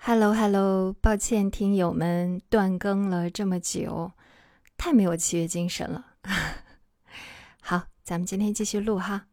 Hello Hello， 抱歉听友们断更了这么久，太没有契约精神了。好，咱们今天继续录哈。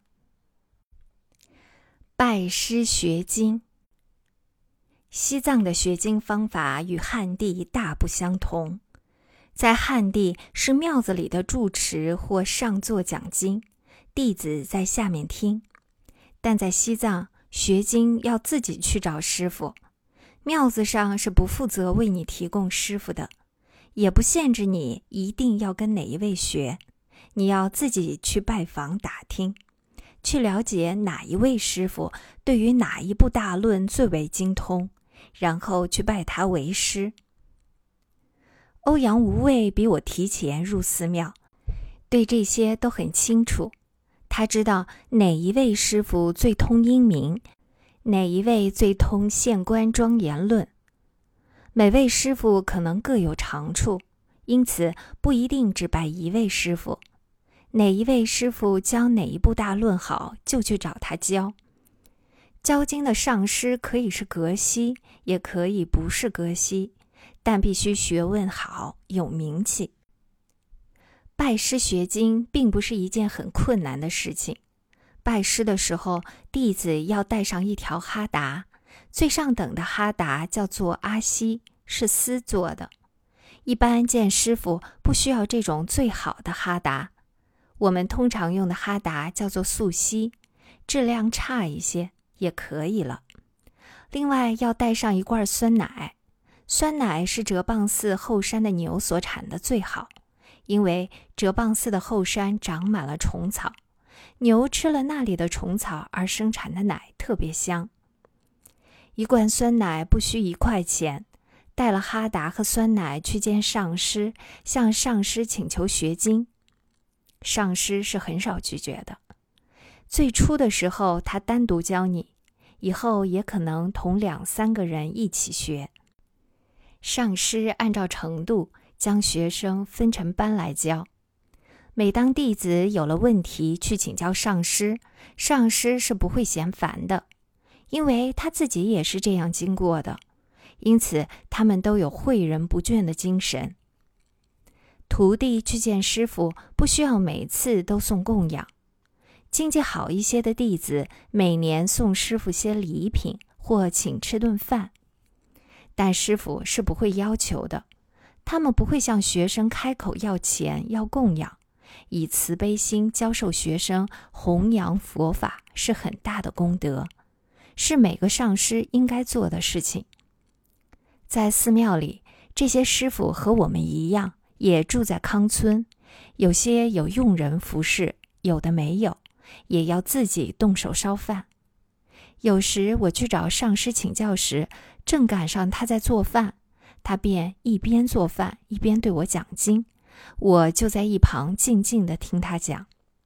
拜师学经。西藏的学经方法与汉地大不相同。在汉地是庙子里的住持或上座讲经，弟子在下面听。但在西藏，学经要自己去找师傅。庙子上是不负责为你提供师傅的，也不限制你一定要跟哪一位学，你要自己去拜访打听，去了解哪一位师傅对于哪一部大论最为精通，然后去拜他为师。欧阳无畏比我提前入寺庙，对这些都很清楚。他知道哪一位师傅最通英明，哪一位最通县官庄严论。每位师傅可能各有长处，因此不一定只拜一位师傅。哪一位师傅教哪一部大论好，就去找他教。教经的上师可以是格西，也可以不是格西，但必须学问好，有名气。拜师学经并不是一件很困难的事情。拜师的时候，弟子要带上一条哈达，最上等的哈达叫做阿西，是丝做的。一般见师傅不需要这种最好的哈达，我们通常用的哈达叫做素锡，质量差一些也可以了。另外要带上一罐酸奶，酸奶是哲蚌寺后山的牛所产的最好，因为哲蚌寺的后山长满了虫草，牛吃了那里的虫草而生产的奶特别香。一罐酸奶不需1块钱，带了哈达和酸奶去见上师，向上师请求学经。上师是很少拒绝的。最初的时候他单独教你，以后也可能同2、3个人一起学。上师按照程度将学生分成班来教。每当弟子有了问题去请教上师，上师是不会嫌烦的，因为他自己也是这样经过的，因此他们都有诲人不倦的精神。徒弟去见师傅不需要每次都送供养，经济好一些的弟子每年送师傅些礼品或请吃顿饭，但师傅是不会要求的，他们不会向学生开口要钱要供养，以慈悲心教授学生弘扬佛法是很大的功德，是每个上师应该做的事情。在寺庙里，这些师傅和我们一样，也住在康村，有些有佣人服侍，有的没有，也要自己动手烧饭。有时我去找上师请教时，正赶上他在做饭，他便一边做饭一边对我讲经，我就在一旁静静地听他讲。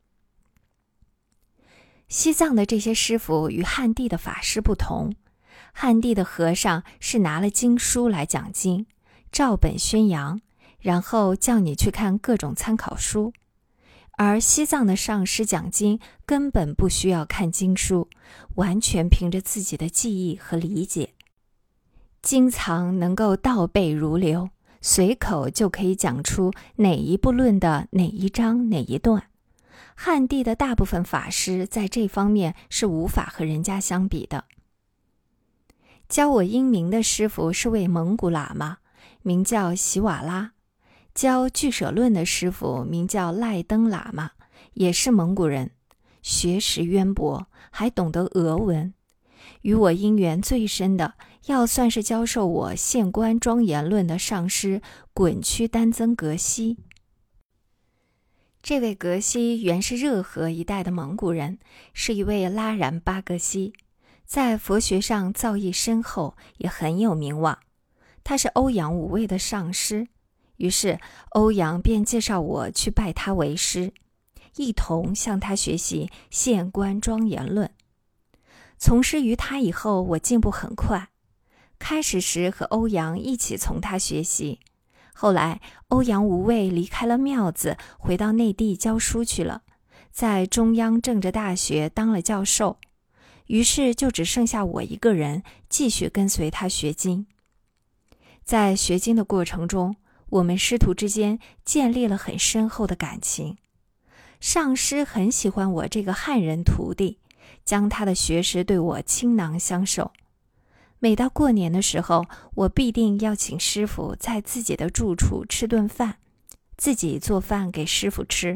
西藏的这些师傅与汉地的法师不同，汉地的和尚是拿了经书来讲经，照本宣扬，然后叫你去看各种参考书。而西藏的上师讲经根本不需要看经书，完全凭着自己的记忆和理解。经藏能够倒背如流，随口就可以讲出哪一部论的哪一章哪一段。汉地的大部分法师在这方面是无法和人家相比的。教我英明的师傅是位蒙古喇嘛，名叫喜瓦拉。教俱舍论的师傅名叫赖登喇嘛，也是蒙古人，学识渊博，还懂得俄文。与我因缘最深的，要算是教授我县官庄严论的上师滚曲丹增格西。这位格西原是热河一带的蒙古人，是一位拉然巴格西，在佛学上造诣深厚，也很有名望。他是欧阳无畏的上师，于是欧阳便介绍我去拜他为师，一同向他学习县官庄严论。从师于他以后，我进步很快。开始时和欧阳一起从他学习，后来欧阳无畏离开了庙子，回到内地教书去了，在中央政治大学当了教授。 于是就只剩下我一个人继续跟随他学经。在学经的过程中，我们师徒之间建立了很深厚的感情。上师很喜欢我这个汉人徒弟，将他的学识对我倾囊相授。每到过年的时候，我必定要请师傅在自己的住处吃顿饭，自己做饭给师傅吃。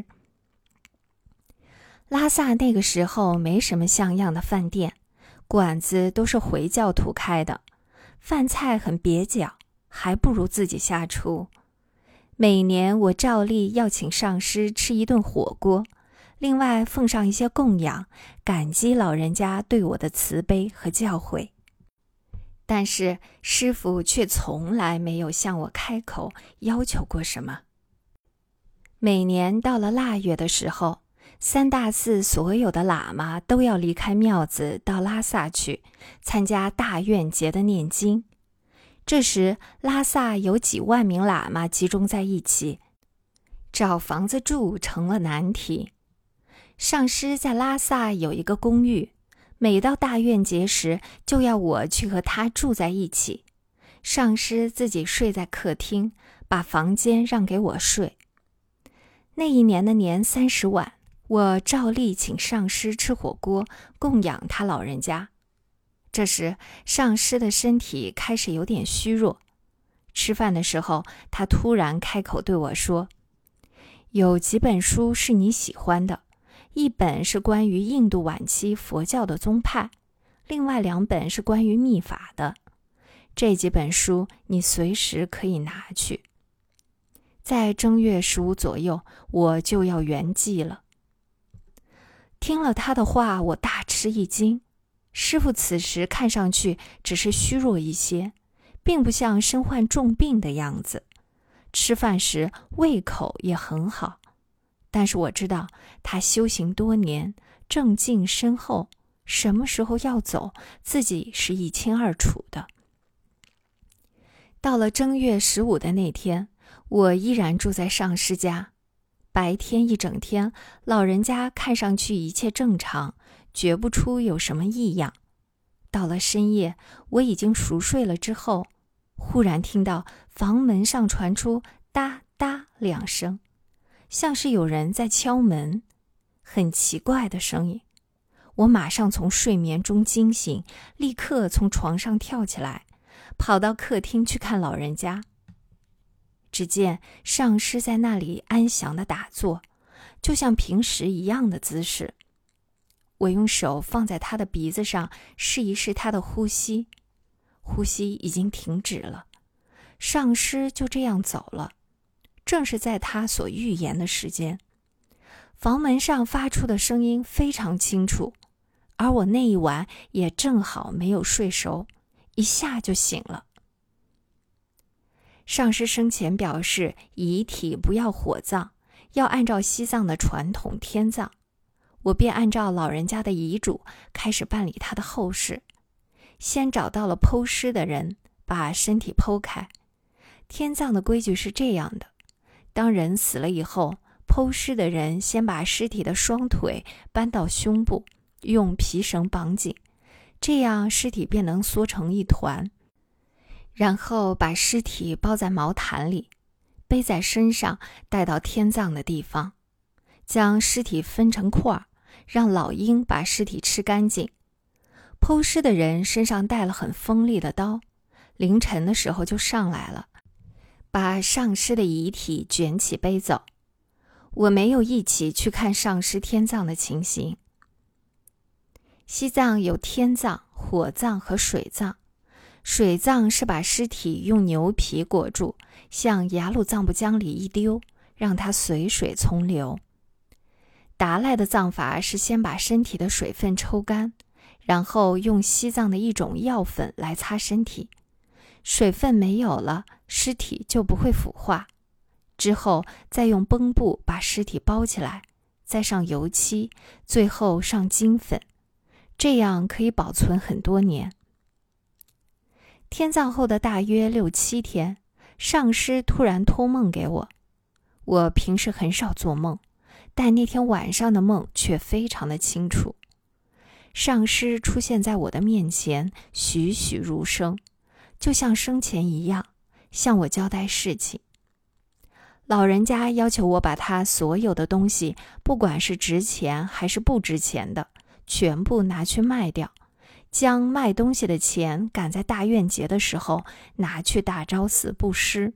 拉萨那个时候没什么像样的饭店，馆子都是回教徒开的，饭菜很蹩脚，还不如自己下厨。每年我照例要请上师吃一顿火锅，另外奉上一些供养，感激老人家对我的慈悲和教诲。但是师父却从来没有向我开口要求过什么。每年到了腊月的时候，三大寺所有的喇嘛都要离开庙子到拉萨去参加大愿节的念经。这时拉萨有几万名喇嘛集中在一起，找房子住成了难题。上师在拉萨有一个公寓，每到大愿节时就要我去和他住在一起。上师自己睡在客厅，把房间让给我睡。那一年的年30晚，我照例请上师吃火锅，供养他老人家。这时上师的身体开始有点虚弱，吃饭的时候他突然开口对我说，有几本书是你喜欢的，一本是关于印度晚期佛教的宗派，另外2本是关于密法的，这几本书你随时可以拿去。在正月15左右，我就要圆寂了。听了他的话，我大吃一惊。师父此时看上去只是虚弱一些，并不像身患重病的样子。吃饭时胃口也很好，但是我知道他修行多年，正境深厚，什么时候要走，自己是一清二楚的。到了正月15的那天，我依然住在上师家。白天一整天，老人家看上去一切正常，觉不出有什么异样。到了深夜，我已经熟睡了之后，忽然听到房门上传出哒哒2声，像是有人在敲门，很奇怪的声音。我马上从睡眠中惊醒，立刻从床上跳起来，跑到客厅去看老人家。只见上师在那里安详地打坐，就像平时一样的姿势。我用手放在他的鼻子上，试一试他的呼吸，呼吸已经停止了。上师就这样走了，正是在他所预言的时间。房门上发出的声音非常清楚，而我那一晚也正好没有睡熟，一下就醒了。上师生前表示，遗体不要火葬，要按照西藏的传统天葬。我便按照老人家的遗嘱开始办理他的后事。先找到了剖尸的人，把身体剖开。天葬的规矩是这样的，当人死了以后，剖尸的人先把尸体的双腿搬到胸部，用皮绳绑紧，这样尸体便能缩成一团。然后把尸体包在毛毯里，背在身上，带到天葬的地方，将尸体分成块，让老鹰把尸体吃干净。剖尸的人身上带了很锋利的刀，凌晨的时候就上来了，把上尸的遗体卷起背走。我没有一起去看上尸天葬的情形。西藏有天葬、火葬和水葬。水葬是把尸体用牛皮裹住，向雅鲁藏布江里一丢，让它随水从流。达赖的葬法是先把身体的水分抽干，然后用西藏的一种药粉来擦身体，水分没有了，尸体就不会腐化。之后再用绷布把尸体包起来，再上油漆，最后上金粉，这样可以保存很多年。天葬后的大约6、7天，上师突然托梦给我。我平时很少做梦，但那天晚上的梦却非常的清楚。 上师出现在我的面前，栩栩如生，就像生前一样，向我交代事情。老人家要求我把他所有的东西，不管是值钱还是不值钱的，全部拿去卖掉，将卖东西的钱赶在大愿节的时候拿去大昭寺布施。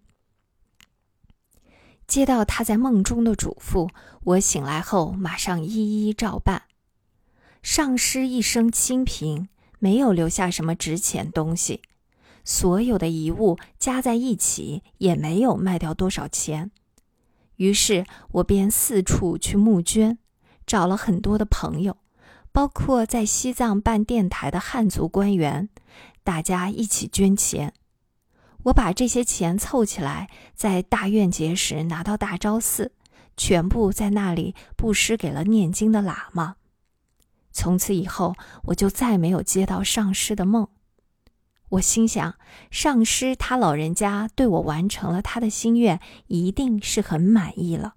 接到他在梦中的嘱咐，我醒来后马上一一照办。上师一生清贫，没有留下什么值钱东西，所有的遗物加在一起也没有卖掉多少钱。于是我便四处去募捐，找了很多的朋友，包括在西藏办电台的汉族官员，大家一起捐钱。我把这些钱凑起来，在大愿节时拿到大昭寺，全部在那里布施给了念经的喇嘛。从此以后，我就再没有接到上师的梦。我心想，上师他老人家对我完成了他的心愿，一定是很满意了。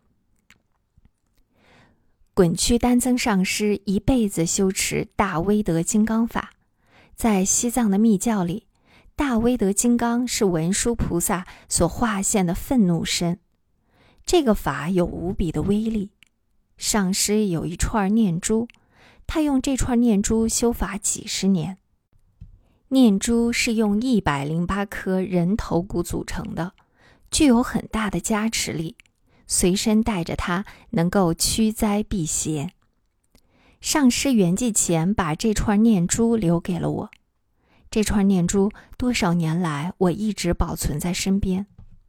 滚曲丹增上师一辈子修持大威德金刚法，在西藏的密教里，大威德金刚是文殊菩萨所化现的愤怒身。这个法有无比的威力。上师有一串念珠，他用这串念珠修法几十年。念珠是用108颗人头骨组成的，具有很大的加持力，随身带着它能够驱灾避邪。上师圆寂前把这串念珠留给了我，这串念珠多少年来我一直保存在身边。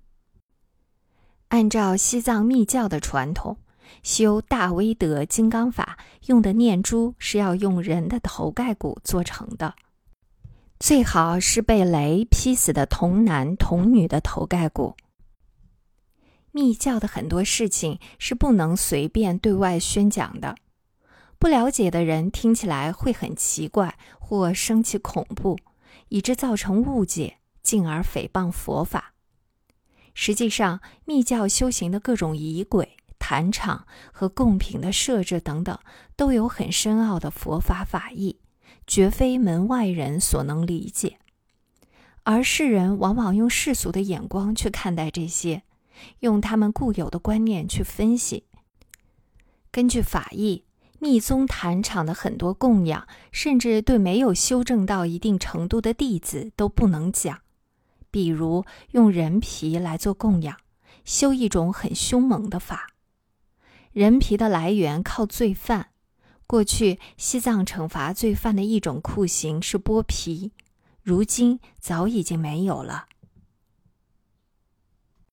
按照西藏密教的传统，修大威德金刚法用的念珠是要用人的头盖骨做成的，最好是被雷劈死的童男童女的头盖骨。密教的很多事情是不能随便对外宣讲的，不了解的人听起来会很奇怪或生起恐怖，以致造成误解，进而诽谤佛法。实际上，密教修行的各种仪轨、坛场和贡品的设置等等，都有很深奥的佛法法义，绝非门外人所能理解。而世人往往用世俗的眼光去看待这些，用他们固有的观念去分析。根据法义，密宗坛场的很多供养，甚至对没有修正到一定程度的弟子都不能讲。比如用人皮来做供养，修一种很凶猛的法。人皮的来源靠罪犯，过去西藏惩罚罪犯的一种酷刑是剥皮，如今早已经没有了。